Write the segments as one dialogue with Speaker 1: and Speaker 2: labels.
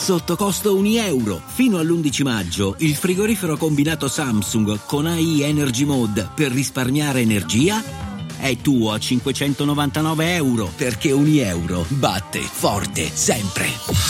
Speaker 1: sotto costo €1. Fino all'11 maggio il frigorifero combinato Samsung con AI Energy Mode per risparmiare energia è tuo a €599, perché €1 batte forte sempre.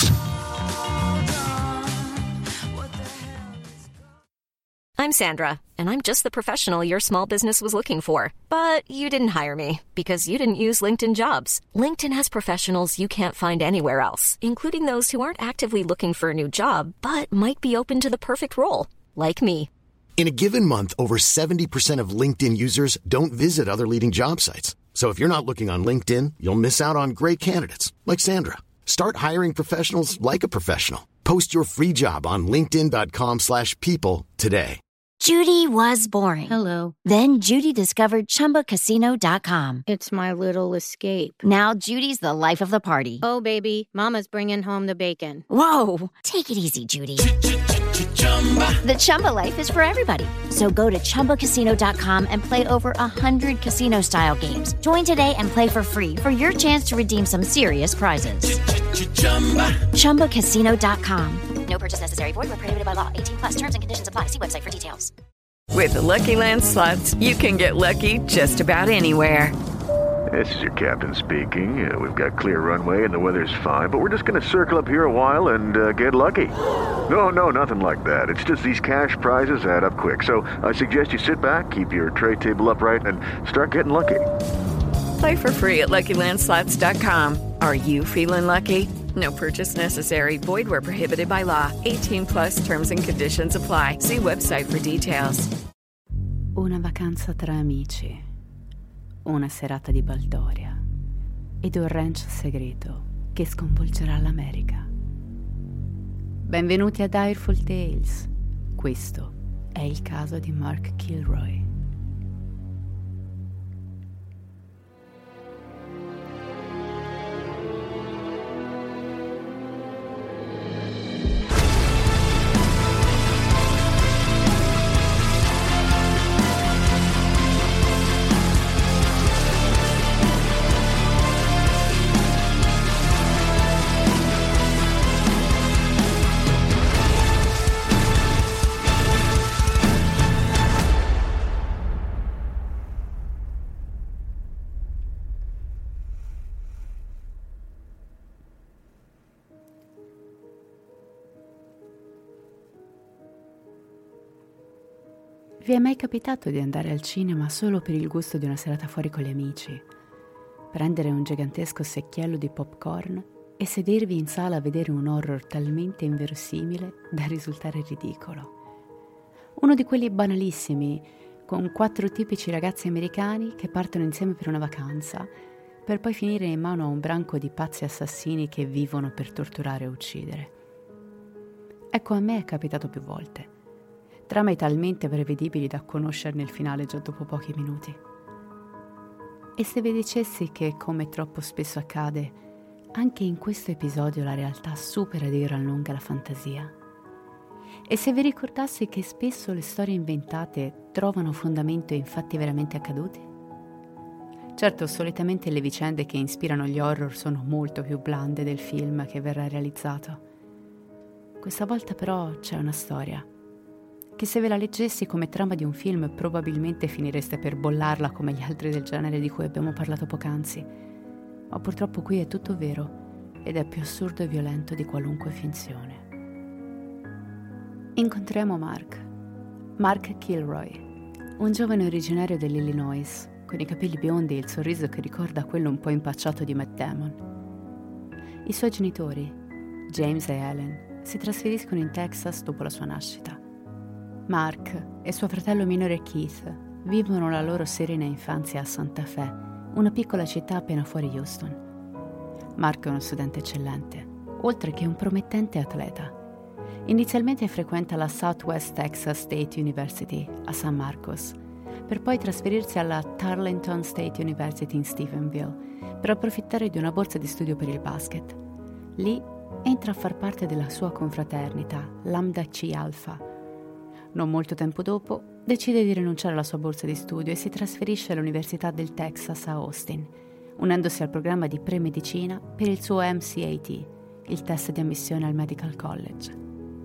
Speaker 2: I'm Sandra, and I'm just the professional your small business was looking for. But you didn't hire me because you didn't use LinkedIn Jobs. LinkedIn has professionals you can't find anywhere else, including those who aren't actively looking for a new job, but might be open to the perfect role, like me.
Speaker 3: In a given month, over 70% of LinkedIn users don't visit other leading job sites. So if you're not looking on LinkedIn, you'll miss out on great candidates like Sandra. Start hiring professionals like a professional. Post your free job on linkedin.com/people today.
Speaker 4: Judy was boring.
Speaker 5: Hello.
Speaker 4: Then Judy discovered ChumbaCasino.com.
Speaker 5: It's my little escape.
Speaker 4: Now Judy's the life of the party.
Speaker 5: Oh, baby, mama's bringing home the bacon.
Speaker 4: Whoa, take it easy, Judy. The Chumba life is for everybody. So go to ChumbaCasino.com and play over 100 casino-style games. Join today and play for free for your chance to redeem some serious prizes. ChumbaCasino.com.
Speaker 6: No purchase necessary. Void where prohibited by law. 18+ terms and conditions apply. See website for details.
Speaker 7: With the Lucky Land Slots, you can get lucky just about anywhere.
Speaker 8: This is your captain speaking. We've got clear runway and the weather's fine, but we're just going to circle up here a while and get lucky. No, nothing like that. It's just these cash prizes add up quick. So I suggest you sit back, keep your tray table upright, and start getting lucky.
Speaker 7: Play for free at LuckyLandSlots.com. Are you feeling lucky? No purchase necessary. Void where prohibited by law. 18+ terms and conditions apply. See website for details.
Speaker 9: Una vacanza tra amici, una serata di baldoria ed un ranch segreto che sconvolgerà l'America. Benvenuti a Direful Tales. Questo è il caso di Mark Kilroy. Vi è mai capitato di andare al cinema solo per il gusto di una serata fuori con gli amici? Prendere un gigantesco secchiello di popcorn e sedervi in sala a vedere un horror talmente inverosimile da risultare ridicolo? Uno di quelli banalissimi, con 4 tipici ragazzi americani che partono insieme per una vacanza, per poi finire in mano a un branco di pazzi assassini che vivono per torturare e uccidere. Ecco, a me è capitato più volte. Trame talmente prevedibili da conoscerne il finale già dopo pochi minuti. E se vi dicessi che, come troppo spesso accade, anche in questo episodio la realtà supera di gran lunga la fantasia? E se vi ricordassi che spesso le storie inventate trovano fondamento in fatti veramente accaduti? Certo, solitamente le vicende che ispirano gli horror sono molto più blande del film che verrà realizzato. Questa volta però c'è una storia che se ve la leggessi come trama di un film probabilmente finireste per bollarla come gli altri del genere di cui abbiamo parlato poc'anzi. Ma purtroppo qui è tutto vero ed è più assurdo e violento di qualunque finzione. Incontriamo Mark Kilroy, un giovane originario dell'Illinois, con i capelli biondi e il sorriso che ricorda quello un po' impacciato di Matt Damon. I suoi genitori, James e Helen, si trasferiscono in Texas dopo la sua nascita. Mark e suo fratello minore Keith vivono la loro serena infanzia a Santa Fe, una piccola città appena fuori Houston. Mark è uno studente eccellente, oltre che un promettente atleta. Inizialmente frequenta la Southwest Texas State University a San Marcos, per poi trasferirsi alla Tarleton State University in Stephenville per approfittare di una borsa di studio per il basket. Lì entra a far parte della sua confraternita, Lambda Chi Alpha. Non molto tempo dopo, decide di rinunciare alla sua borsa di studio e si trasferisce all'Università del Texas a Austin, unendosi al programma di pre-medicina per il suo MCAT, il test di ammissione al Medical College.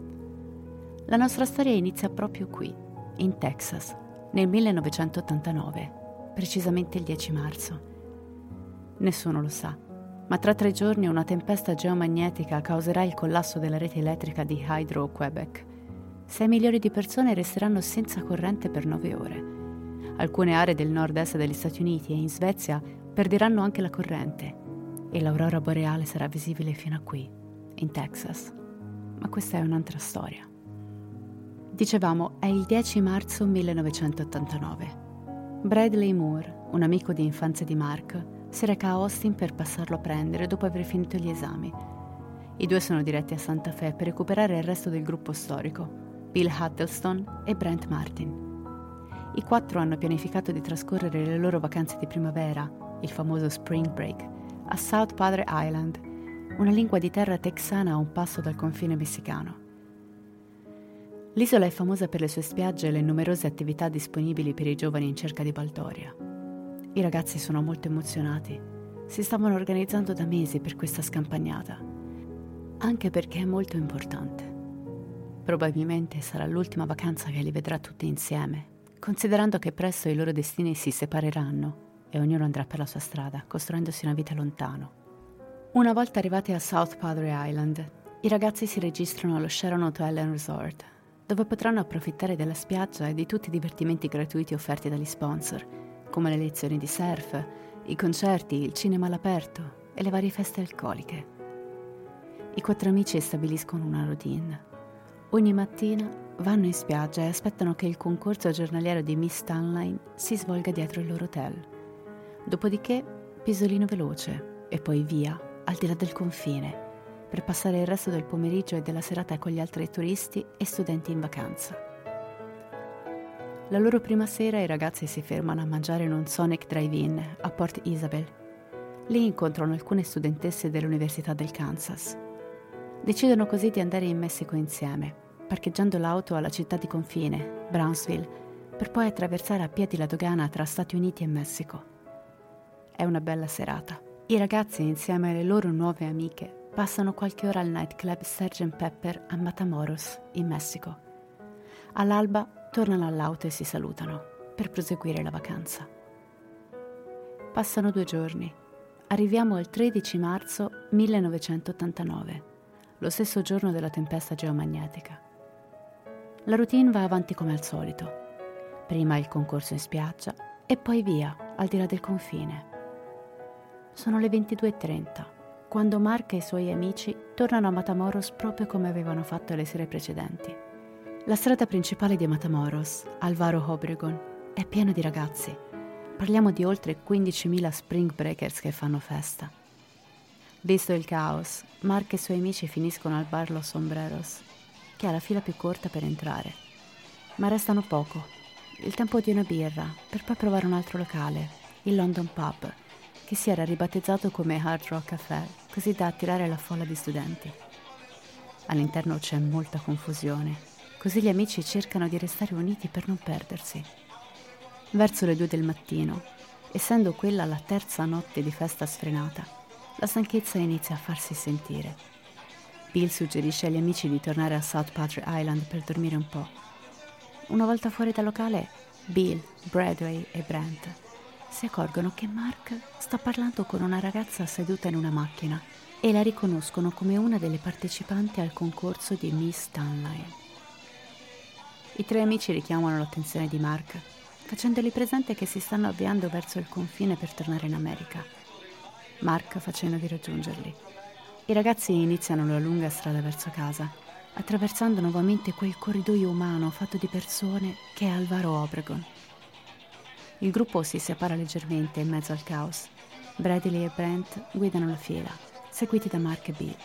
Speaker 9: La nostra storia inizia proprio qui, in Texas, nel 1989, precisamente il 10 marzo. Nessuno lo sa, ma tra 3 giorni una tempesta geomagnetica causerà il collasso della rete elettrica di Hydro-Quebec. 6 milioni di persone resteranno senza corrente per 9 ore. Alcune aree del nord-est degli Stati Uniti e in Svezia perderanno anche la corrente e l'aurora boreale sarà visibile fino a qui, in Texas. Ma questa è un'altra storia. Dicevamo, è il 10 marzo 1989. Bradley Moore, un amico di infanzia di Mark, si reca a Austin per passarlo a prendere dopo aver finito gli esami. I due sono diretti a Santa Fe per recuperare il resto del gruppo storico, Bill Huddleston e Brent Martin. I 4 hanno pianificato di trascorrere le loro vacanze di primavera, il famoso Spring Break, a South Padre Island, una lingua di terra texana a un passo dal confine messicano. L'isola è famosa per le sue spiagge e le numerose attività disponibili per i giovani in cerca di baldoria. I ragazzi sono molto emozionati. Si stavano organizzando da mesi per questa scampagnata, anche perché è molto importante. Probabilmente sarà l'ultima vacanza che li vedrà tutti insieme, considerando che presto i loro destini si separeranno e ognuno andrà per la sua strada, costruendosi una vita lontano. Una volta arrivati a South Padre Island, i ragazzi si registrano allo Sharon Hotel and Resort, dove potranno approfittare della spiaggia e di tutti i divertimenti gratuiti offerti dagli sponsor, come le lezioni di surf, i concerti, il cinema all'aperto e le varie feste alcoliche. I 4 amici stabiliscono una routine. Ogni mattina vanno in spiaggia e aspettano che il concorso giornaliero di Miss Stanline si svolga dietro il loro hotel. Dopodiché, pisolino veloce e poi via, al di là del confine, per passare il resto del pomeriggio e della serata con gli altri turisti e studenti in vacanza. La loro prima sera i ragazzi si fermano a mangiare in un Sonic Drive-In a Port Isabel. Lì incontrano alcune studentesse dell'Università del Kansas. Decidono così di andare in Messico insieme, parcheggiando l'auto alla città di confine, Brownsville, per poi attraversare a piedi la dogana tra Stati Uniti e Messico. È una bella serata. I ragazzi, insieme alle loro nuove amiche, passano qualche ora al nightclub Sgt. Pepper a Matamoros, in Messico. All'alba tornano all'auto e si salutano per proseguire la vacanza. Passano 2 giorni. Arriviamo al 13 marzo 1989, lo stesso giorno della tempesta geomagnetica. La routine va avanti come al solito. Prima il concorso in spiaggia e poi via, al di là del confine. Sono le 22:30, quando Mark e i suoi amici tornano a Matamoros proprio come avevano fatto le sere precedenti. La strada principale di Matamoros, Alvaro Obregón, è piena di ragazzi. Parliamo di oltre 15.000 spring breakers che fanno festa. Visto il caos, Mark e i suoi amici finiscono al bar Los Sombreros, che ha la fila più corta per entrare. Ma restano poco, il tempo di una birra, per poi provare un altro locale, il London Pub, che si era ribattezzato come Hard Rock Café, così da attirare la folla di studenti. All'interno c'è molta confusione, così gli amici cercano di restare uniti per non perdersi. Verso le 2 del mattino, essendo quella la 3ª notte di festa sfrenata, la stanchezza inizia a farsi sentire. Bill suggerisce agli amici di tornare a South Padre Island per dormire un po'. Una volta fuori dal locale, Bill, Bradley e Brent si accorgono che Mark sta parlando con una ragazza seduta in una macchina e la riconoscono come una delle partecipanti al concorso di Miss Stanline. I 3 amici richiamano l'attenzione di Mark, facendogli presente che si stanno avviando verso il confine per tornare in America. Mark fa cenno di raggiungerli. I ragazzi iniziano la lunga strada verso casa, attraversando nuovamente quel corridoio umano fatto di persone che è Alvaro Obregón. Il gruppo si separa leggermente in mezzo al caos. Bradley e Brent guidano la fila, seguiti da Mark e Bill.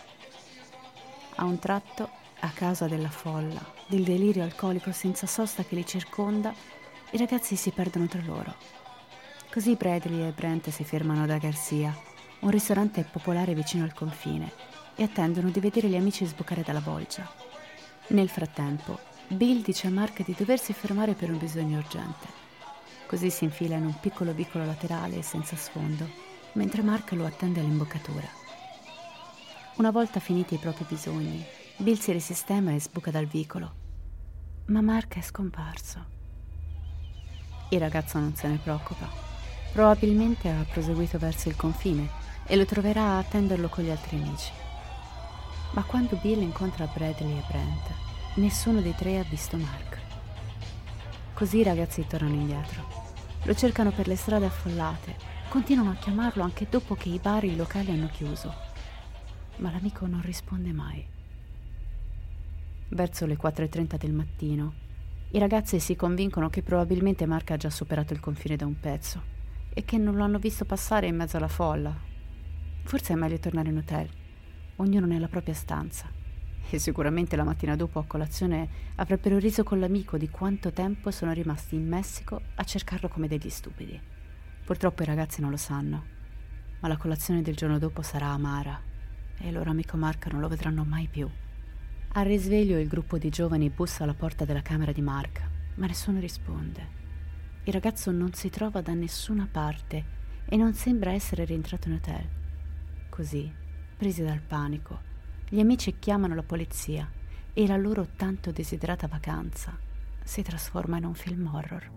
Speaker 9: A un tratto, a causa della folla, del delirio alcolico senza sosta che li circonda, i ragazzi si perdono tra loro. Così Bradley e Brent si fermano da Garcia, un ristorante popolare vicino al confine, e attendono di vedere gli amici sbucare dalla bolgia. Nel frattempo, Bill dice a Mark di doversi fermare per un bisogno urgente. Così si infila in un piccolo vicolo laterale senza sfondo, mentre Mark lo attende all'imboccatura. Una volta finiti i propri bisogni, Bill si risistema e sbuca dal vicolo. Ma Mark è scomparso. Il ragazzo non se ne preoccupa. Probabilmente ha proseguito verso il confine e lo troverà a attenderlo con gli altri amici. Ma quando Bill incontra Bradley e Brent, nessuno dei tre ha visto Mark. Così i ragazzi tornano indietro. Lo cercano per le strade affollate, continuano a chiamarlo anche dopo che i bar e i locali hanno chiuso. Ma l'amico non risponde mai. Verso le 4:30 del mattino, i ragazzi si convincono che probabilmente Mark ha già superato il confine da un pezzo e che non lo hanno visto passare in mezzo alla folla. Forse è meglio tornare in hotel, ognuno nella propria stanza. E sicuramente la mattina dopo a colazione avrebbero riso con l'amico di quanto tempo sono rimasti in Messico a cercarlo come degli stupidi. Purtroppo i ragazzi non lo sanno, ma la colazione del giorno dopo sarà amara e il loro amico Mark non lo vedranno mai più. Al risveglio il gruppo di giovani bussa alla porta della camera di Mark, ma nessuno risponde. Il ragazzo non si trova da nessuna parte e non sembra essere rientrato in hotel. Così, presi dal panico, gli amici chiamano la polizia e la loro tanto desiderata vacanza si trasforma in un film horror.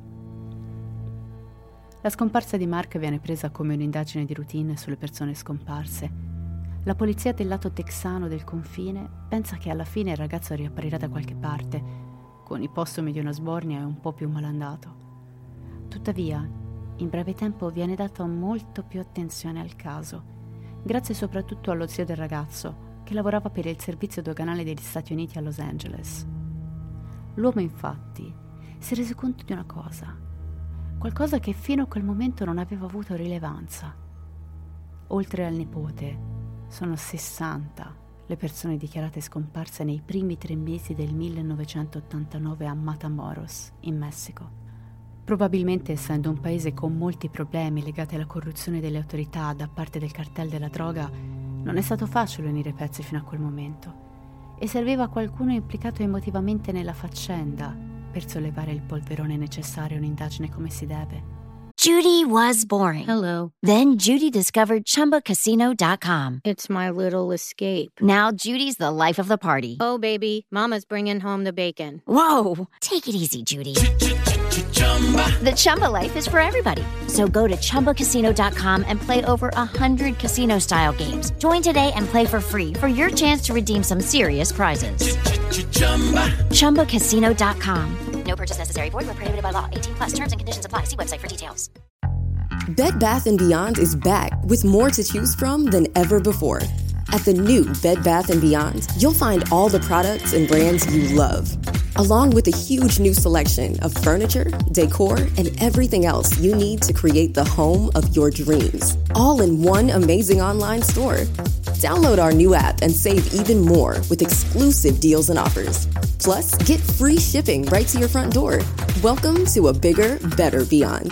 Speaker 9: La scomparsa di Mark viene presa come un'indagine di routine sulle persone scomparse. La polizia del lato texano del confine pensa che alla fine il ragazzo riapparirà da qualche parte, con i postumi di una sbornia e un po' più malandato. Tuttavia, in breve tempo viene data molto più attenzione al caso, grazie soprattutto allo zio del ragazzo, che lavorava per il servizio doganale degli Stati Uniti a Los Angeles. L'uomo, infatti, si è reso conto di una cosa, qualcosa che fino a quel momento non aveva avuto rilevanza. Oltre al nipote, sono 60 le persone dichiarate scomparse nei primi 3 mesi del 1989 a Matamoros, in Messico. Probabilmente, essendo un paese con molti problemi legati alla corruzione delle autorità da parte del cartel della droga, non è stato facile unire i pezzi fino a quel momento e serviva qualcuno implicato emotivamente nella faccenda per sollevare il polverone necessario a un'indagine come si deve.
Speaker 4: Judy was boring.
Speaker 5: Hello.
Speaker 4: Then Judy discovered ChumbaCasino.com.
Speaker 5: It's my little escape.
Speaker 4: Now Judy's the life of the party.
Speaker 5: Oh, baby, mama's bringing home the bacon.
Speaker 4: Whoa, take it easy, Judy. The Chumba life is for everybody. So go to ChumbaCasino.com and play over 100 casino-style games. Join today and play for free for your chance to redeem some serious prizes. ChumbaCasino.com.
Speaker 6: No purchase necessary. Void where prohibited by law. 18 plus terms and conditions apply. See website for details.
Speaker 10: Bed Bath & Beyond is back with more to choose from than ever before. At the new Bed Bath & Beyond, you'll find all the products and brands you love, along with a huge new selection of furniture, decor, and everything else you need to create the home of your dreams, all in one amazing online store. Download our new app and save even more with exclusive deals and offers. Plus, get free shipping right to your front door. Welcome to a bigger, better Beyond.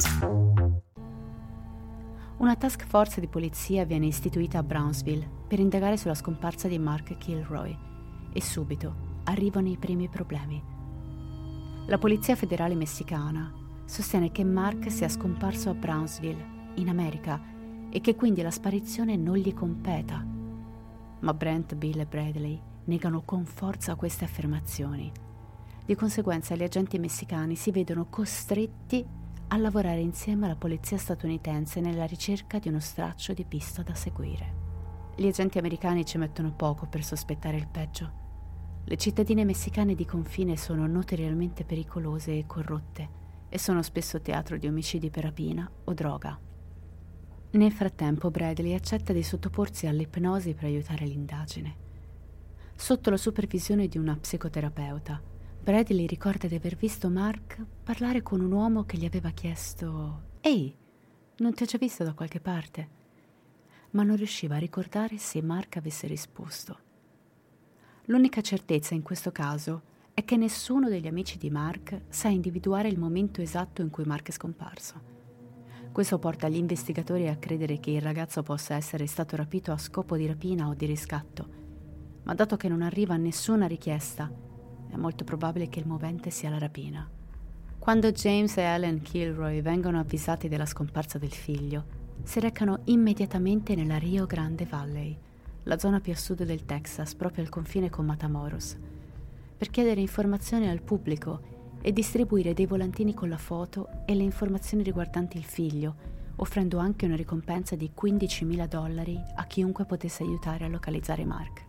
Speaker 9: Una task force di polizia viene istituita a Brownsville per indagare sulla scomparsa di Mark Kilroy e subito arrivano i primi problemi. La polizia federale messicana sostiene che Mark sia scomparso a Brownsville, in America, e che quindi la sparizione non gli competa. Ma Brent, Bill e Bradley negano con forza queste affermazioni. Di conseguenza gli agenti messicani si vedono costretti a lavorare insieme alla polizia statunitense nella ricerca di uno straccio di pista da seguire. Gli agenti americani ci mettono poco per sospettare il peggio. Le cittadine messicane di confine sono notoriamente pericolose e corrotte e sono spesso teatro di omicidi per rapina o droga. Nel frattempo Bradley accetta di sottoporsi all'ipnosi per aiutare l'indagine. Sotto la supervisione di una psicoterapeuta, Bradley ricorda di aver visto Mark parlare con un uomo che gli aveva chiesto «Ehi, non ti ho già visto da qualche parte?» ma non riusciva a ricordare se Mark avesse risposto. L'unica certezza in questo caso è che nessuno degli amici di Mark sa individuare il momento esatto in cui Mark è scomparso. Questo porta gli investigatori a credere che il ragazzo possa essere stato rapito a scopo di rapina o di riscatto, ma dato che non arriva nessuna richiesta, è molto probabile che il movente sia la rapina. Quando James e Ellen Kilroy vengono avvisati della scomparsa del figlio, si recano immediatamente nella Rio Grande Valley, la zona più a sud del Texas, proprio al confine con Matamoros, per chiedere informazioni al pubblico e distribuire dei volantini con la foto e le informazioni riguardanti il figlio, offrendo anche una ricompensa di $15.000 a chiunque potesse aiutare a localizzare Mark.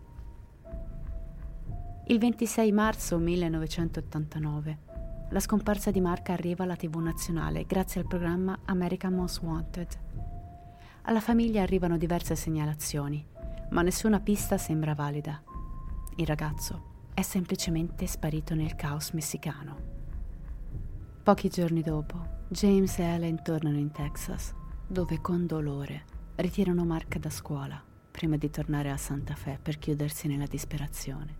Speaker 9: Il 26 marzo 1989, la scomparsa di Mark arriva alla TV nazionale grazie al programma American Most Wanted. Alla famiglia arrivano diverse segnalazioni, ma nessuna pista sembra valida. Il ragazzo è semplicemente sparito nel caos messicano. Pochi giorni dopo, James e Helen tornano in Texas, dove con dolore ritirano Mark da scuola, prima di tornare a Santa Fe per chiudersi nella disperazione.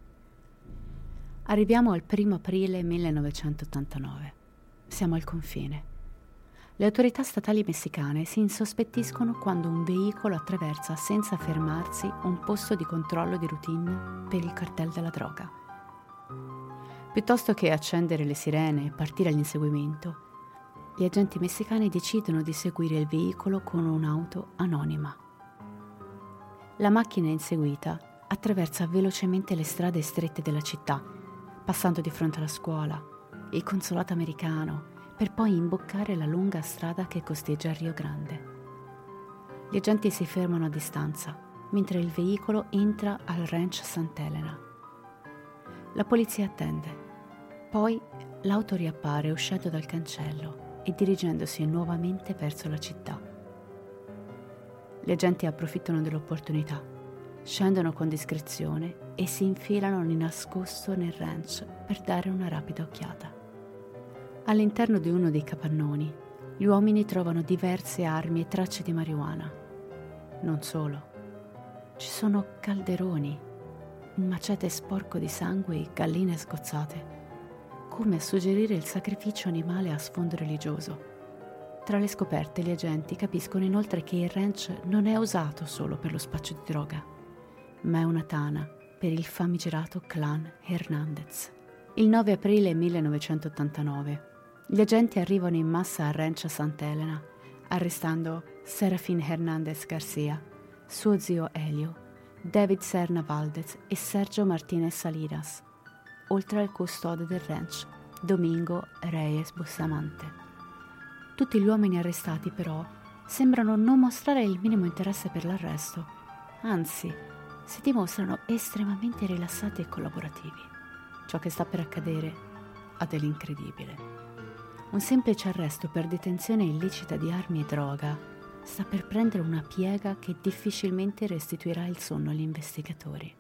Speaker 9: Arriviamo al 1 aprile 1989. Siamo al confine. Le autorità statali messicane si insospettiscono quando un veicolo attraversa senza fermarsi un posto di controllo di routine per il cartel della droga. Piuttosto che accendere le sirene e partire all'inseguimento, gli agenti messicani decidono di seguire il veicolo con un'auto anonima. La macchina inseguita attraversa velocemente le strade strette della città, passando di fronte alla scuola, il consolato americano, per poi imboccare la lunga strada che costeggia Rio Grande. Gli agenti si fermano a distanza, mentre il veicolo entra al ranch Sant'Elena. La polizia attende. Poi l'auto riappare uscendo dal cancello e dirigendosi nuovamente verso la città. Gli agenti approfittano dell'opportunità, scendono con discrezione e si infilano di nascosto nel ranch per dare una rapida occhiata. All'interno di uno dei capannoni, gli uomini trovano diverse armi e tracce di marijuana. Non solo, ci sono calderoni, un macete sporco di sangue e galline sgozzate, come a suggerire il sacrificio animale a sfondo religioso. Tra le scoperte gli agenti capiscono inoltre che il ranch non è usato solo per lo spaccio di droga, ma è una tana per il famigerato clan Hernandez. Il 9 aprile 1989 gli agenti arrivano in massa al ranch Sant'Elena, arrestando Serafín Hernández García, suo zio Elio, David Serna Valdez e Sergio Martínez Salinas, oltre al custode del ranch, Domingo Reyes Bustamante. Tutti gli uomini arrestati, però, sembrano non mostrare il minimo interesse per l'arresto, anzi, si dimostrano estremamente rilassati e collaborativi. Ciò che sta per accadere ha dell'incredibile. Un semplice arresto per detenzione illecita di armi e droga sta per prendere una piega che difficilmente restituirà il sonno agli investigatori.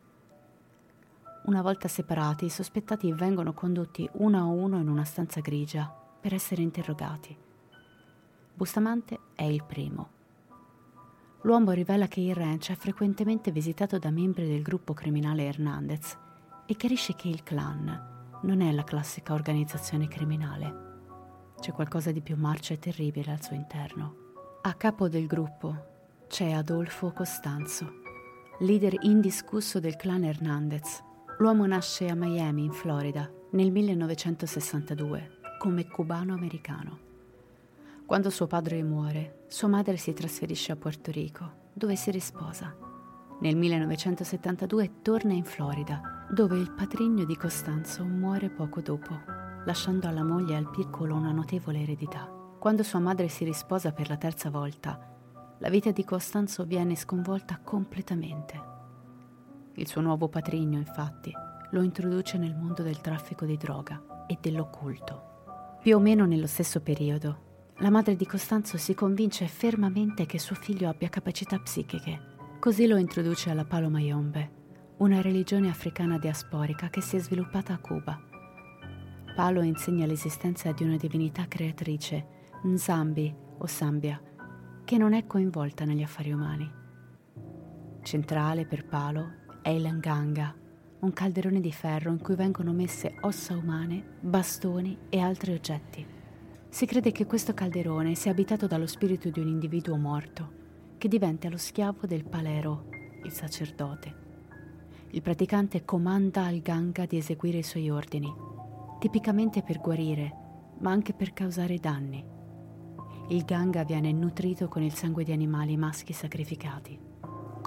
Speaker 9: Una volta separati, i sospettati vengono condotti uno a uno in una stanza grigia per essere interrogati. Bustamante è il primo. L'uomo rivela che il ranch è frequentemente visitato da membri del gruppo criminale Hernandez e chiarisce che il clan non è la classica organizzazione criminale. C'è qualcosa di più marcio e terribile al suo interno. A capo del gruppo c'è Adolfo Costanzo, leader indiscusso del clan Hernandez. L'uomo nasce a Miami, in Florida, nel 1962, come cubano-americano. Quando suo padre muore, sua madre si trasferisce a Puerto Rico, dove si risposa. Nel 1972 torna in Florida, dove il patrigno di Costanzo muore poco dopo, lasciando alla moglie e al piccolo una notevole eredità. Quando sua madre si risposa per la terza volta, la vita di Costanzo viene sconvolta completamente. Il suo nuovo patrigno, infatti, lo introduce nel mondo del traffico di droga e dell'occulto. Più o meno nello stesso periodo, la madre di Costanzo si convince fermamente che suo figlio abbia capacità psichiche. Così lo introduce alla Palo Mayombe, una religione africana diasporica che si è sviluppata a Cuba. Palo insegna l'esistenza di una divinità creatrice, Nzambi o Sambia, che non è coinvolta negli affari umani. Centrale per Palo è il Nganga, un calderone di ferro in cui vengono messe ossa umane, bastoni e altri oggetti. Si crede che questo calderone sia abitato dallo spirito di un individuo morto, che diventa lo schiavo del Palero, il sacerdote. Il praticante comanda al Ganga di eseguire i suoi ordini, tipicamente per guarire, ma anche per causare danni. Il Ganga viene nutrito con il sangue di animali maschi sacrificati.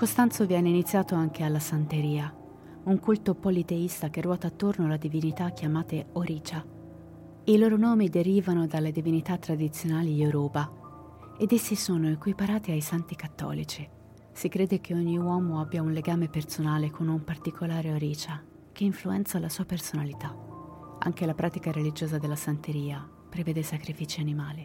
Speaker 9: Costanzo viene iniziato anche alla santeria, un culto politeista che ruota attorno alla divinità chiamate Oricha. I loro nomi derivano dalle divinità tradizionali Yoruba ed essi sono equiparati ai santi cattolici. Si crede che ogni uomo abbia un legame personale con un particolare Oricha che influenza la sua personalità. Anche la pratica religiosa della santeria prevede sacrifici animali.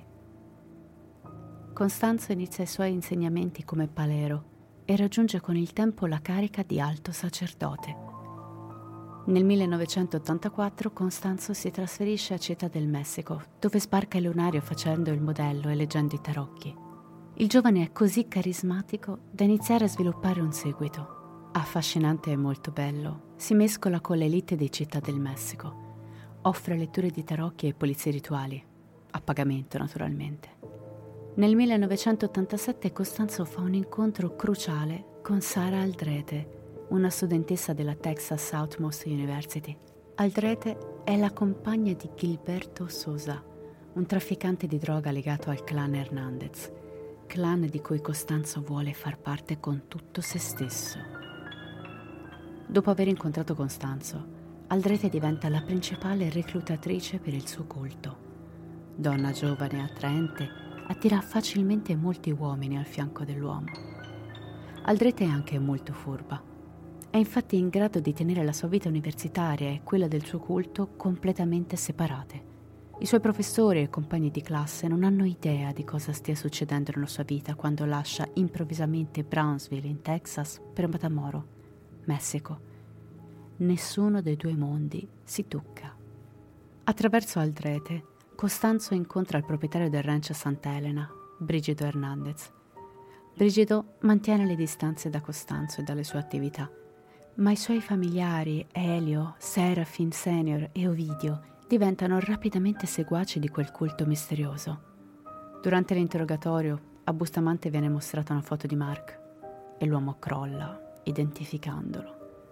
Speaker 9: Costanzo inizia i suoi insegnamenti come palero e raggiunge con il tempo la carica di alto sacerdote. Nel 1984 Costanzo si trasferisce a Città del Messico, dove sbarca il lunario facendo il modello e leggendo i tarocchi. Il giovane è così carismatico da iniziare a sviluppare un seguito. Affascinante e molto bello, si mescola con l'elite di Città del Messico. Offre letture di tarocchi e polizie rituali, a pagamento naturalmente. Nel 1987 Costanzo fa un incontro cruciale con Sara Aldrete, una studentessa della Texas Southmost University. Aldrete è la compagna di Gilberto Sosa, un trafficante di droga legato al clan Hernandez, clan di cui Costanzo vuole far parte con tutto se stesso. Dopo aver incontrato Costanzo, Aldrete diventa la principale reclutatrice per il suo culto. Donna giovane e attraente, attira facilmente molti uomini al fianco dell'uomo. Aldrete è anche molto furba. È infatti in grado di tenere la sua vita universitaria e quella del suo culto completamente separate. I suoi professori e compagni di classe non hanno idea di cosa stia succedendo nella sua vita quando lascia improvvisamente Brownsville in Texas per Matamoros, Messico. Nessuno dei due mondi si tocca. Attraverso Aldrete, Costanzo incontra il proprietario del ranch a Santa Elena, Brigido Hernandez. Brigido mantiene le distanze da Costanzo e dalle sue attività, ma i suoi familiari, Elio, Serafin Senior e Ovidio, diventano rapidamente seguaci di quel culto misterioso. Durante l'interrogatorio, a Bustamante viene mostrata una foto di Mark e l'uomo crolla, identificandolo.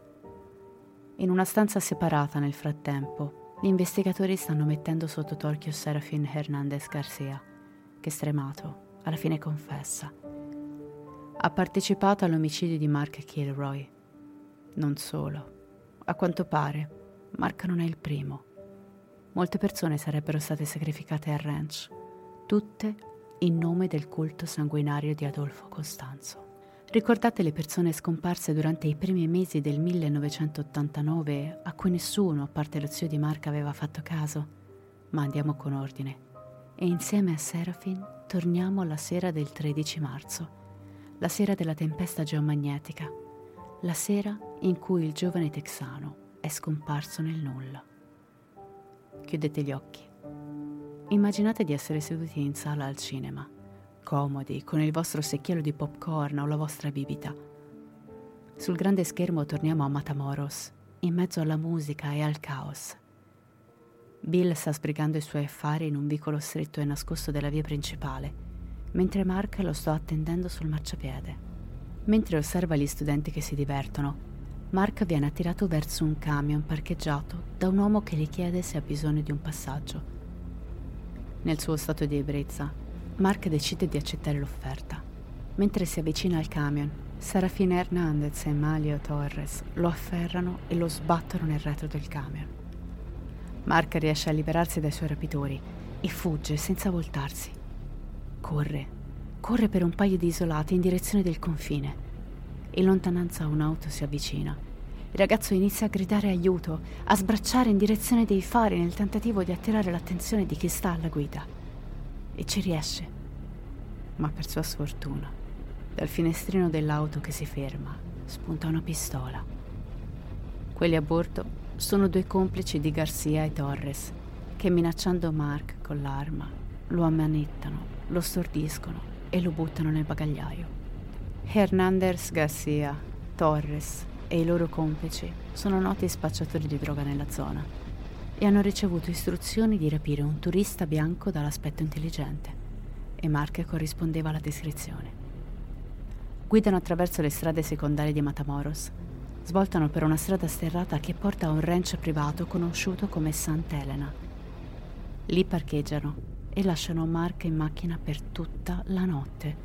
Speaker 9: In una stanza separata nel frattempo, gli investigatori stanno mettendo sotto torchio Serafin Hernandez Garcia, che stremato, alla fine confessa. Ha partecipato all'omicidio di Mark Kilroy. Non solo. A quanto pare, Mark non è il primo. Molte persone sarebbero state sacrificate al ranch, tutte in nome del culto sanguinario di Adolfo Costanzo. Ricordate le persone scomparse durante i primi mesi del 1989 a cui nessuno, a parte lo zio di Mark, aveva fatto caso? Ma andiamo con ordine. E insieme a Serafin torniamo alla sera del 13 marzo, la sera della tempesta geomagnetica, la sera in cui il giovane texano è scomparso nel nulla. Chiudete gli occhi. Immaginate di essere seduti in sala al cinema, comodi, con il vostro secchiello di popcorn o la vostra bibita. Sul grande schermo torniamo a Matamoros, in mezzo alla musica e al caos. Bill sta sbrigando i suoi affari in un vicolo stretto e nascosto della via principale, mentre Mark lo sta attendendo sul marciapiede. Mentre osserva gli studenti che si divertono, Mark viene attirato verso un camion parcheggiato da un uomo che gli chiede se ha bisogno di un passaggio. Nel suo stato di ebbrezza, Mark decide di accettare l'offerta. Mentre si avvicina al camion, Serafin Hernandez e Malio Torres lo afferrano e lo sbattono nel retro del camion. Mark riesce a liberarsi dai suoi rapitori e fugge senza voltarsi. Corre per un paio di isolati in direzione del confine. In lontananza un'auto si avvicina. Il ragazzo inizia a gridare aiuto, a sbracciare in direzione dei fari nel tentativo di attirare l'attenzione di chi sta alla guida. E ci riesce. Ma per sua sfortuna, dal finestrino dell'auto che si ferma, spunta una pistola. Quelli a bordo sono due complici di Garcia e Torres, che minacciando Mark con l'arma, lo ammanettano, lo stordiscono e lo buttano nel bagagliaio. Hernandez, Garcia, Torres e i loro complici sono noti spacciatori di droga nella zona e hanno ricevuto istruzioni di rapire un turista bianco dall'aspetto intelligente, e Mark corrispondeva alla descrizione. Guidano attraverso le strade secondarie di Matamoros, svoltano per una strada sterrata che porta a un ranch privato conosciuto come Santa Elena. Lì parcheggiano e lasciano Mark in macchina per tutta la notte,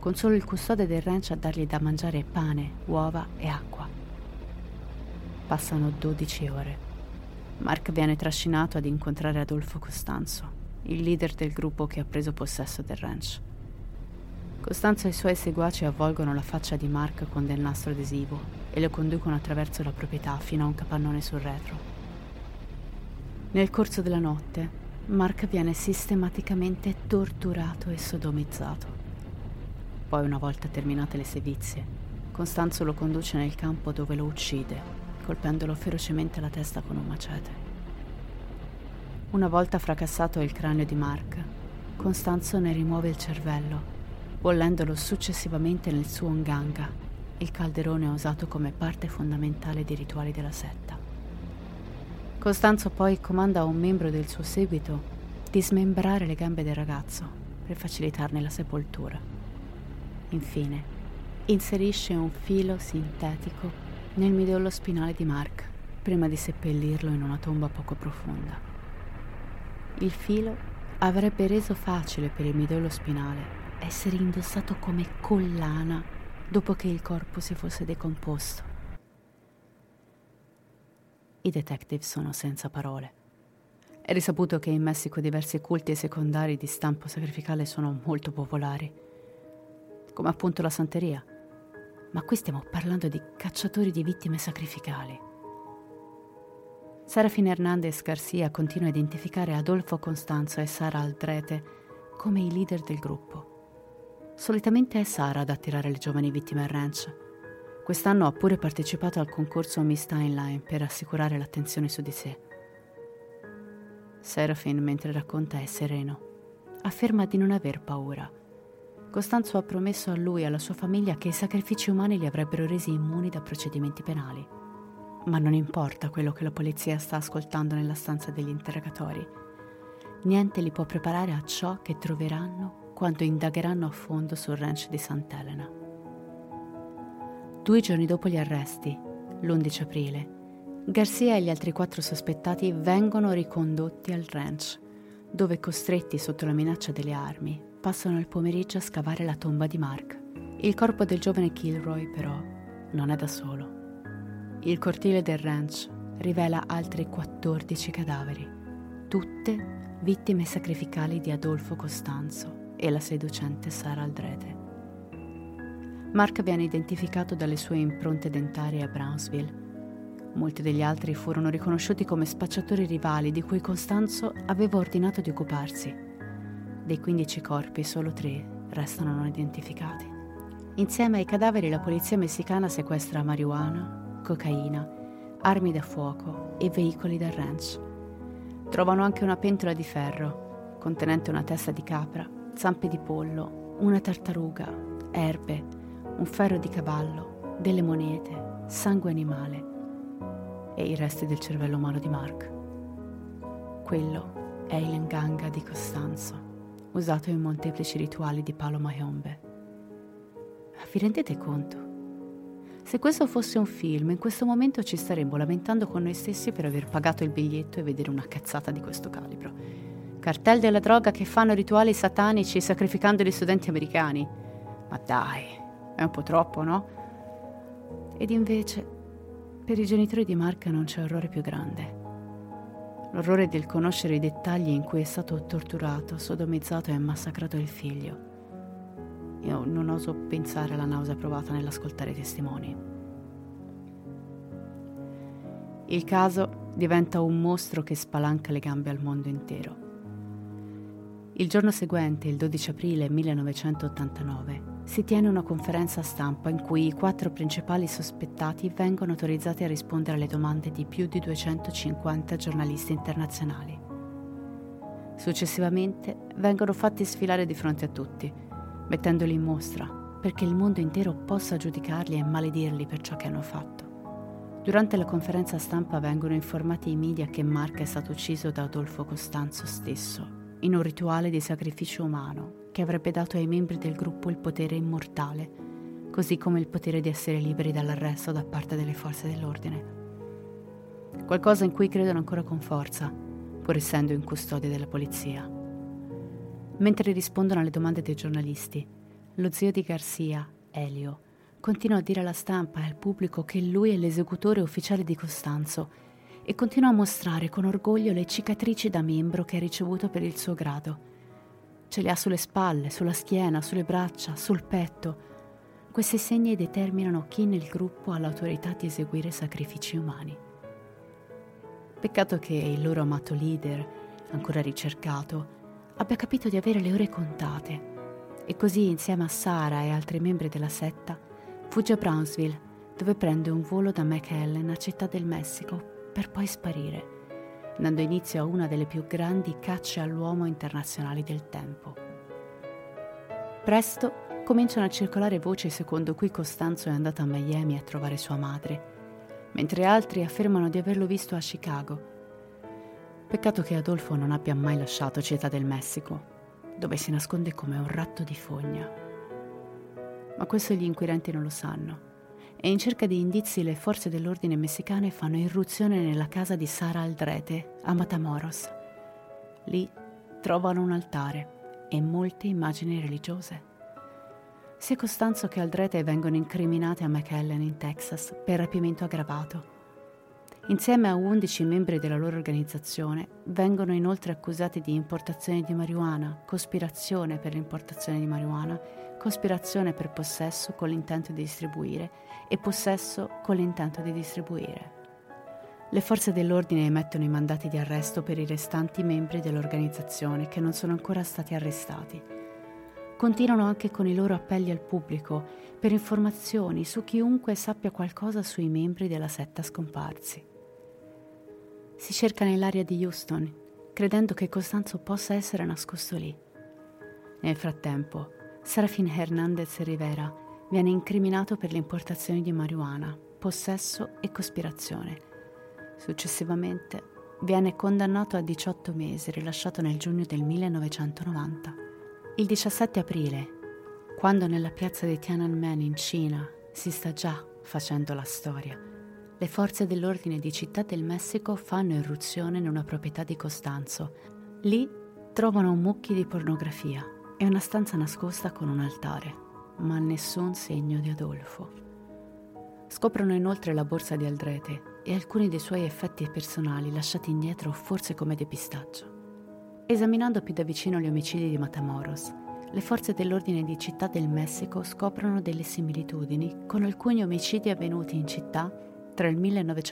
Speaker 9: con solo il custode del ranch a dargli da mangiare pane, uova e acqua. Passano 12 ore. Mark viene trascinato ad incontrare Adolfo Costanzo, il leader del gruppo che ha preso possesso del ranch. Costanzo e i suoi seguaci avvolgono la faccia di Mark con del nastro adesivo e lo conducono attraverso la proprietà fino a un capannone sul retro. Nel corso della notte, Mark viene sistematicamente torturato e sodomizzato. Poi, una volta terminate le sevizie, Costanzo lo conduce nel campo dove lo uccide, colpendolo ferocemente alla testa con un macete. Una volta fracassato il cranio di Mark, Costanzo ne rimuove il cervello, bollendolo successivamente nel suo nganga, il calderone usato come parte fondamentale dei rituali della setta. Costanzo poi comanda a un membro del suo seguito di smembrare le gambe del ragazzo per facilitarne la sepoltura. Infine, inserisce un filo sintetico nel midollo spinale di Mark prima di seppellirlo in una tomba poco profonda. Il filo avrebbe reso facile per il midollo spinale essere indossato come collana dopo che il corpo si fosse decomposto. I detective sono senza parole. È risaputo che in Messico diversi culti secondari di stampo sacrificale sono molto popolari, come appunto la santeria, ma qui stiamo parlando di cacciatori di vittime sacrificali. Serafín Hernández García continua a identificare Adolfo Costanzo e Sara Aldrete come i leader del gruppo. Solitamente è Sara ad attirare le giovani vittime al ranch. Quest'anno ha pure partecipato al concorso Miss Timeline per assicurare l'attenzione su di sé. Serafín, mentre racconta, è sereno. Afferma di non aver paura. Costanzo ha promesso a lui e alla sua famiglia che i sacrifici umani li avrebbero resi immuni da procedimenti penali. Ma non importa quello che la polizia sta ascoltando nella stanza degli interrogatori. Niente li può preparare a ciò che troveranno quando indagheranno a fondo sul ranch di Sant'Elena. 2 giorni dopo gli arresti, l'11 aprile, Garcia e gli altri 4 sospettati vengono ricondotti al ranch, dove, costretti sotto la minaccia delle armi, passano il pomeriggio a scavare la tomba di Mark. Il corpo del giovane Kilroy, però, non è da solo. Il cortile del ranch rivela altri 14 cadaveri, tutte vittime sacrificali di Adolfo Costanzo e la seducente Sara Aldrete. Mark viene identificato dalle sue impronte dentarie a Brownsville. Molti degli altri furono riconosciuti come spacciatori rivali di cui Costanzo aveva ordinato di occuparsi. Dei 15 corpi, solo 3 restano non identificati. Insieme ai cadaveri la polizia messicana sequestra marijuana, cocaina, armi da fuoco e veicoli dal ranch. Trovano anche una pentola di ferro contenente una testa di capra, zampe di pollo, una tartaruga, erbe, un ferro di cavallo, delle monete, sangue animale e i resti del cervello umano di Mark. Quello è il nganga di Costanzo, usato in molteplici rituali di Palo Mayombe. Vi rendete conto? Se questo fosse un film, in questo momento ci staremmo lamentando con noi stessi per aver pagato il biglietto e vedere una cazzata di questo calibro. Cartel della droga che fanno rituali satanici sacrificando gli studenti americani. Ma dai, è un po' troppo, no? Ed invece, per i genitori di Mark non c'è orrore più grande. L'orrore del conoscere i dettagli in cui è stato torturato, sodomizzato e massacrato il figlio. Io non oso pensare alla nausea provata nell'ascoltare i testimoni. Il caso diventa un mostro che spalanca le gambe al mondo intero. Il giorno seguente, il 12 aprile 1989, si tiene una conferenza stampa in cui i 4 principali sospettati vengono autorizzati a rispondere alle domande di più di 250 giornalisti internazionali. Successivamente vengono fatti sfilare di fronte a tutti, mettendoli in mostra perché il mondo intero possa giudicarli e maledirli per ciò che hanno fatto. Durante la conferenza stampa vengono informati i media che Mark è stato ucciso da Adolfo Costanzo stesso, in un rituale di sacrificio umano che avrebbe dato ai membri del gruppo il potere immortale, così come il potere di essere liberi dall'arresto da parte delle forze dell'ordine. Qualcosa in cui credono ancora con forza, pur essendo in custodia della polizia. Mentre rispondono alle domande dei giornalisti, Lo zio di Garcia, Elio, continua a dire alla stampa e al pubblico che lui è l'esecutore ufficiale di Costanzo e continua a mostrare con orgoglio le cicatrici da membro che ha ricevuto per il suo grado. Ce le ha sulle spalle, sulla schiena, sulle braccia, sul petto. Questi segni determinano chi nel gruppo ha l'autorità di eseguire sacrifici umani. Peccato che il loro amato leader, ancora ricercato, abbia capito di avere le ore contate e così, insieme a Sara e altri membri della setta, fugge a Brownsville, dove prende un volo da McAllen a Città del Messico per poi sparire, dando inizio a una delle più grandi cacce all'uomo internazionali del tempo. Presto cominciano a circolare voci secondo cui Costanzo è andato a Miami a trovare sua madre, mentre altri affermano di averlo visto a Chicago. Peccato che Adolfo non abbia mai lasciato Città del Messico, dove si nasconde come un ratto di fogna. Ma questo gli inquirenti non lo sanno, e in cerca di indizi le forze dell'ordine messicane fanno irruzione nella casa di Sara Aldrete a Matamoros. Lì trovano un altare e molte immagini religiose. Sia Costanzo che Aldrete vengono incriminati a McAllen in Texas per rapimento aggravato. Insieme a 11 membri della loro organizzazione vengono inoltre accusati di importazione di marijuana, cospirazione per l'importazione di marijuana, cospirazione per possesso con l'intento di distribuire e possesso con l'intento di distribuire. Le forze dell'ordine emettono i mandati di arresto per i restanti membri dell'organizzazione che non sono ancora stati arrestati. Continuano anche con i loro appelli al pubblico per informazioni su chiunque sappia qualcosa sui membri della setta scomparsi. Si cerca nell'area di Houston, credendo che Costanzo possa essere nascosto lì. Nel frattempo, Serafín Hernández Rivera viene incriminato per l'importazione di marijuana, possesso e cospirazione. Successivamente viene condannato a 18 mesi, rilasciato nel giugno del 1990. Il 17 aprile, quando nella piazza di Tiananmen in Cina si sta già facendo la storia, le forze dell'ordine di Città del Messico fanno irruzione in una proprietà di Costanzo. Lì trovano mucchi di pornografia e una stanza nascosta con un altare, ma nessun segno di Adolfo. Scoprono inoltre la borsa di Aldrete e alcuni dei suoi effetti personali lasciati indietro forse come depistaggio. Esaminando più da vicino gli omicidi di Matamoros, le forze dell'ordine di Città del Messico scoprono delle similitudini con alcuni omicidi avvenuti in città tra il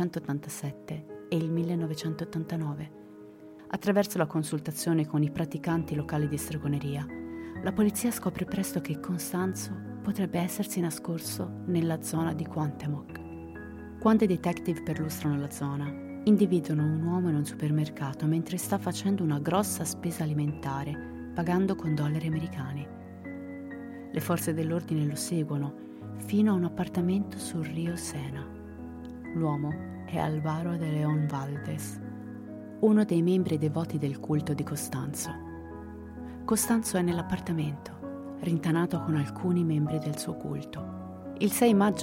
Speaker 9: 1987 e il 1989. Attraverso la consultazione con i praticanti locali di stregoneria, la polizia scopre presto che Costanzo potrebbe essersi nascosto nella zona di Cuauhtémoc. Quando i detective perlustrano la zona, individuano un uomo in un supermercato mentre sta facendo una grossa spesa alimentare, pagando con dollari americani. Le forze dell'ordine lo seguono fino a un appartamento sul Rio Sena. L'uomo è Álvaro de León Valdés, uno dei membri devoti del culto di Costanzo. Costanzo è nell'appartamento, rintanato con alcuni membri del suo culto. Il 6 maggio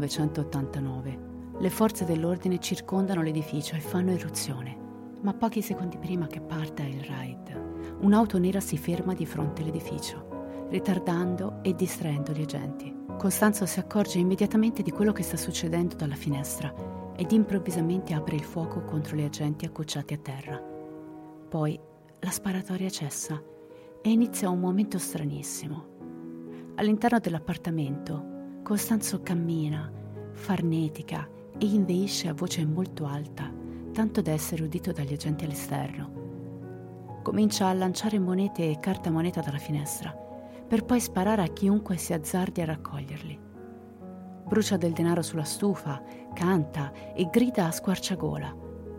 Speaker 9: 1989 le forze dell'ordine circondano l'edificio e fanno irruzione, ma pochi secondi prima che parta il raid, un'auto nera si ferma di fronte all'edificio, ritardando e distraendo gli agenti. Costanzo si accorge immediatamente di quello che sta succedendo dalla finestra ed improvvisamente apre il fuoco contro gli agenti accucciati a terra. Poi la sparatoria cessa e inizia un momento stranissimo. All'interno dell'appartamento, Costanzo cammina, farnetica e inveisce a voce molto alta, tanto da essere udito dagli agenti all'esterno. Comincia a lanciare monete e cartamoneta dalla finestra, per poi sparare a chiunque si azzardi a raccoglierli. Brucia del denaro sulla stufa, canta e grida a squarciagola.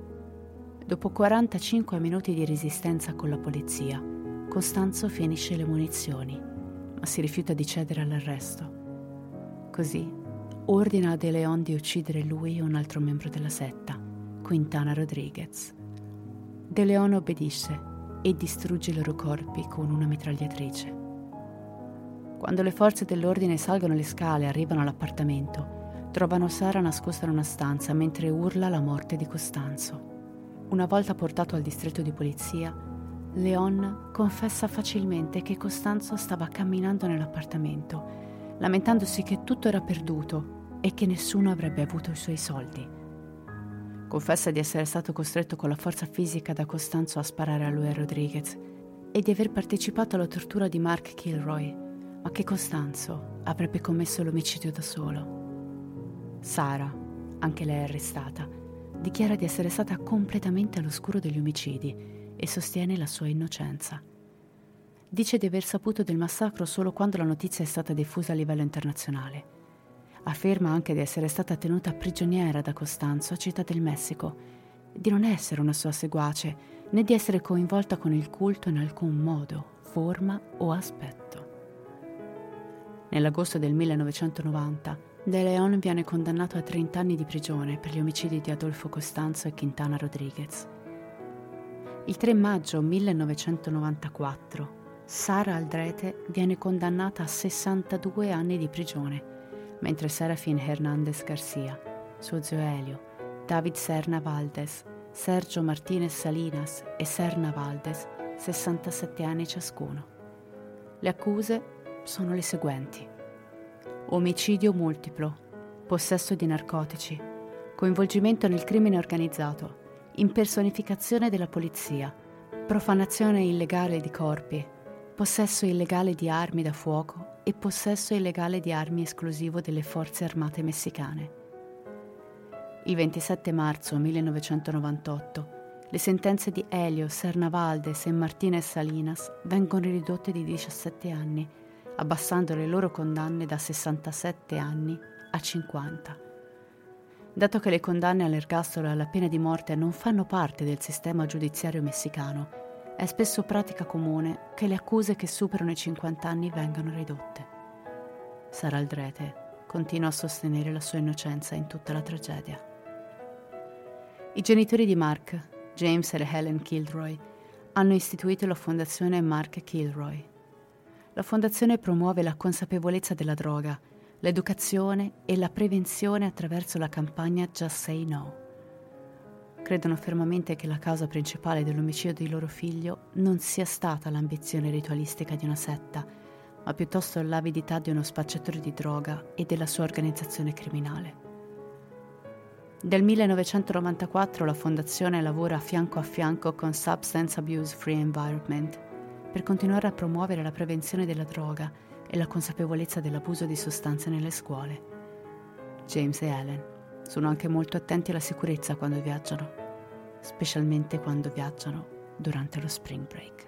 Speaker 9: Dopo 45 minuti di resistenza con la polizia, Costanzo finisce le munizioni, ma si rifiuta di cedere all'arresto. Così ordina a De León di uccidere lui e un altro membro della setta, Quintana Rodriguez. De León obbedisce e distrugge i loro corpi con una mitragliatrice. Quando le forze dell'ordine salgono le scale e arrivano all'appartamento, trovano Sara nascosta in una stanza mentre urla la morte di Costanzo. Una volta portato al distretto di polizia, Leon confessa facilmente che Costanzo stava camminando nell'appartamento, lamentandosi che tutto era perduto e che nessuno avrebbe avuto i suoi soldi. Confessa di essere stato costretto con la forza fisica da Costanzo a sparare a lui e Rodriguez e di aver partecipato alla tortura di Mark Kilroy, ma che Costanzo avrebbe commesso l'omicidio da solo. Sara, anche lei arrestata, dichiara di essere stata completamente all'oscuro degli omicidi e sostiene la sua innocenza. Dice di aver saputo del massacro solo quando la notizia è stata diffusa a livello internazionale. Afferma anche di essere stata tenuta prigioniera da Costanzo a Città del Messico, di non essere una sua seguace, né di essere coinvolta con il culto in alcun modo, forma o aspetto. Nell'agosto del 1990, De Leon viene condannato a 30 anni di prigione per gli omicidi di Adolfo Costanzo e Quintana Rodriguez. Il 3 maggio 1994, Sara Aldrete viene condannata a 62 anni di prigione, mentre Serafín Hernández García, suo zio Helio, David Serna Valdez, Sergio Martínez Salinas e Serna Valdez, 67 anni ciascuno. Le accuse sono le seguenti: omicidio multiplo, possesso di narcotici, coinvolgimento nel crimine organizzato, impersonificazione della polizia, profanazione illegale di corpi, possesso illegale di armi da fuoco e possesso illegale di armi esclusivo delle forze armate messicane. Il 27 marzo 1998 le sentenze di Helio, Serna Valdez e Martínez Salinas vengono ridotte di 17 anni, abbassando le loro condanne da 67 anni a 50. Dato che le condanne all'ergastolo e alla pena di morte non fanno parte del sistema giudiziario messicano, è spesso pratica comune che le accuse che superano i 50 anni vengano ridotte. Sara Aldrete continua a sostenere la sua innocenza in tutta la tragedia. I genitori di Mark, James e Helen Kilroy, hanno istituito la Fondazione Mark Kilroy. La fondazione promuove la consapevolezza della droga, l'educazione e la prevenzione attraverso la campagna Just Say No. Credono fermamente che la causa principale dell'omicidio di loro figlio non sia stata l'ambizione ritualistica di una setta, ma piuttosto l'avidità di uno spacciatore di droga e della sua organizzazione criminale. Dal 1994 la fondazione lavora a fianco con Substance Abuse Free Environment per continuare a promuovere la prevenzione della droga e la consapevolezza dell'abuso di sostanze nelle scuole. James e Helen sono anche molto attenti alla sicurezza quando viaggiano, specialmente quando viaggiano durante lo spring break.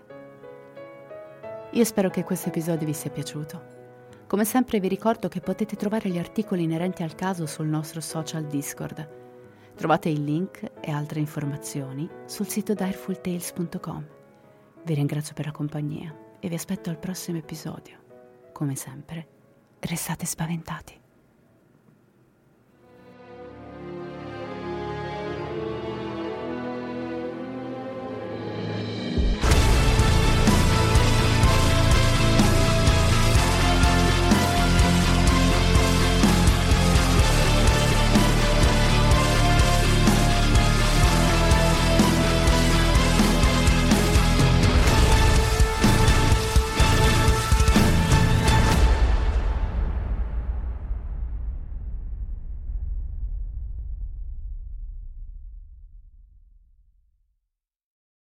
Speaker 9: Io spero che questo episodio vi sia piaciuto. Come sempre vi ricordo che potete trovare gli articoli inerenti al caso sul nostro social Discord. Trovate il link e altre informazioni sul sito direfultales.com. Vi ringrazio per la compagnia e vi aspetto al prossimo episodio. Come sempre, restate spaventati.